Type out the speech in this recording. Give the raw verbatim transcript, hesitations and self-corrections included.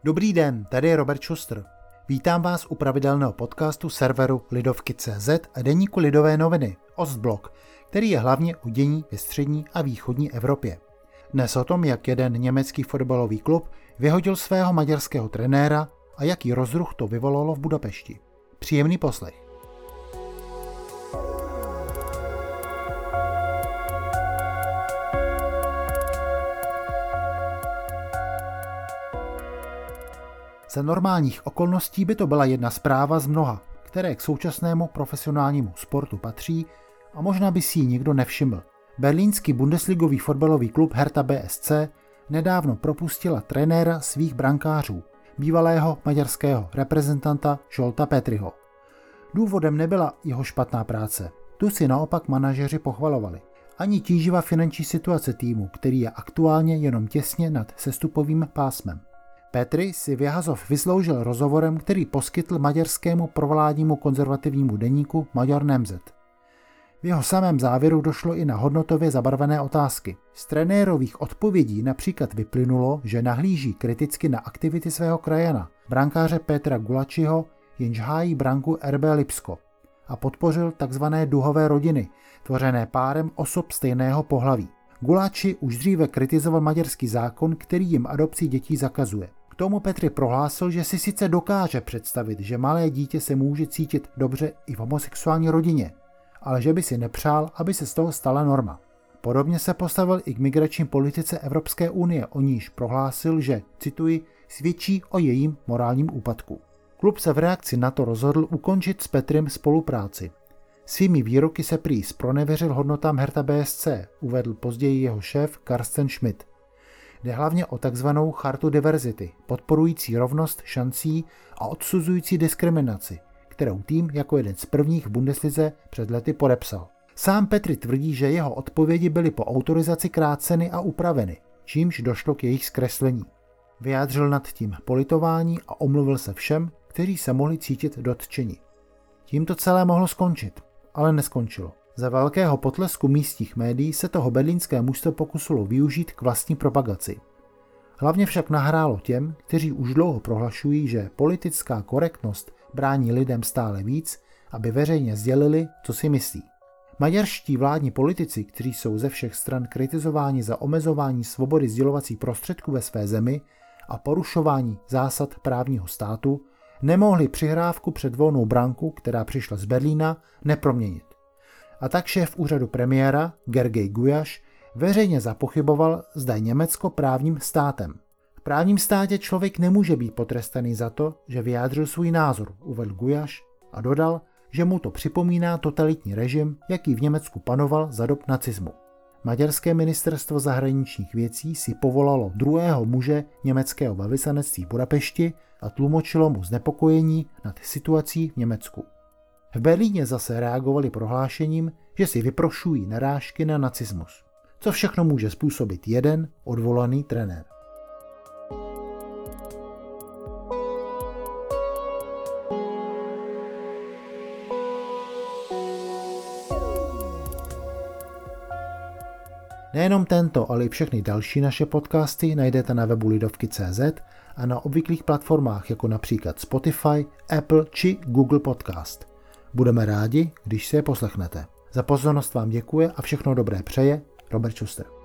Dobrý den, tady je Robert Schuster. Vítám vás u pravidelného podcastu serveru Lidovky tečka cé zet a deníku Lidové noviny Ostblok, který je hlavně o dění ve střední a východní Evropě. Dnes o tom, jak jeden německý fotbalový klub vyhodil svého maďarského trenéra a jaký rozruch to vyvolalo v Budapešti. Příjemný poslech. Za normálních okolností by to byla jedna zpráva z mnoha, které k současnému profesionálnímu sportu patří a možná by si ji nikdo nevšiml. Berlínský bundesligový fotbalový klub Hertha B S C nedávno propustila trenéra svých brankářů, bývalého maďarského reprezentanta Zsolta Petryho. Důvodem nebyla jeho špatná práce, tu si naopak manažeři pochvalovali. Ani tíživá finanční situace týmu, který je aktuálně jenom těsně nad sestupovým pásmem. Petry si Vyhazov vysloužil rozhovorem, který poskytl maďarskému provládnímu konzervativnímu deníku Magyar Nemzet. V jeho samém závěru došlo i na hodnotově zabarvené otázky. Z trenérových odpovědí například vyplynulo, že nahlíží kriticky na aktivity svého krajana, brankáře Petra Gulačiho, jenž hájí branku R B Lipsko, a podpořil tzv. Duhové rodiny, tvořené párem osob stejného pohlaví. Gulači už dříve kritizoval maďarský zákon, který jim adopci dětí zakazuje. K tomu Petry prohlásil, že si sice dokáže představit, že malé dítě se může cítit dobře i v homosexuální rodině, ale že by si nepřál, aby se z toho stala norma. Podobně se postavil i k migrační politice Evropské unie, o níž prohlásil, že, cituji, svědčí o jejím morálním úpadku. Klub se v reakci na to rozhodl ukončit s Petrym spolupráci. Svými výroky se prý zpronevěřil hodnotám Hertha B S C, uvedl později jeho šéf Carsten Schmidt. Jde hlavně o takzvanou chartu diverzity, podporující rovnost šancí a odsuzující diskriminaci, kterou tým jako jeden z prvních v Bundeslize před lety podepsal. Sám Petry tvrdí, že jeho odpovědi byly po autorizaci kráceny a upraveny, čímž došlo k jejich zkreslení. Vyjádřil nad tím politování a omluvil se všem, kteří se mohli cítit dotčeni. Tím to celé mohlo skončit, ale neskončilo. Za velkého potlesku místních médií se toho berlínské mužstvo pokusilo využít k vlastní propagaci. Hlavně však nahrálo těm, kteří už dlouho prohlašují, že politická korektnost brání lidem stále víc, aby veřejně sdělili, co si myslí. Maďarští vládní politici, kteří jsou ze všech stran kritizováni za omezování svobody sdělovacích prostředků ve své zemi a porušování zásad právního státu, nemohli přihrávku před volnou branku, která přišla z Berlína, neproměnit. A tak šéf úřadu premiéra, Gergely Gulyás, veřejně zapochyboval, zda je Německo právním státem. V právním státě člověk nemůže být potrestaný za to, že vyjádřil svůj názor, uvedl Gulyás a dodal, že mu to připomíná totalitní režim, jaký v Německu panoval za dob nacismu. Maďarské ministerstvo zahraničních věcí si povolalo druhého muže německého velvyslanectví v Budapešti a tlumočilo mu znepokojení nad situací v Německu. V Berlíně zase reagovali prohlášením, že si vyprošují narážky na nacismus. Co všechno může způsobit jeden odvolaný trenér. Nejenom tento, ale i všechny další naše podcasty najdete na webu Lidovky tečka cé zet a na obvyklých platformách jako například Spotify, Apple či Google Podcast. Budeme rádi, když si je poslechnete. Za pozornost vám děkuje a všechno dobré přeje Robert Schuster.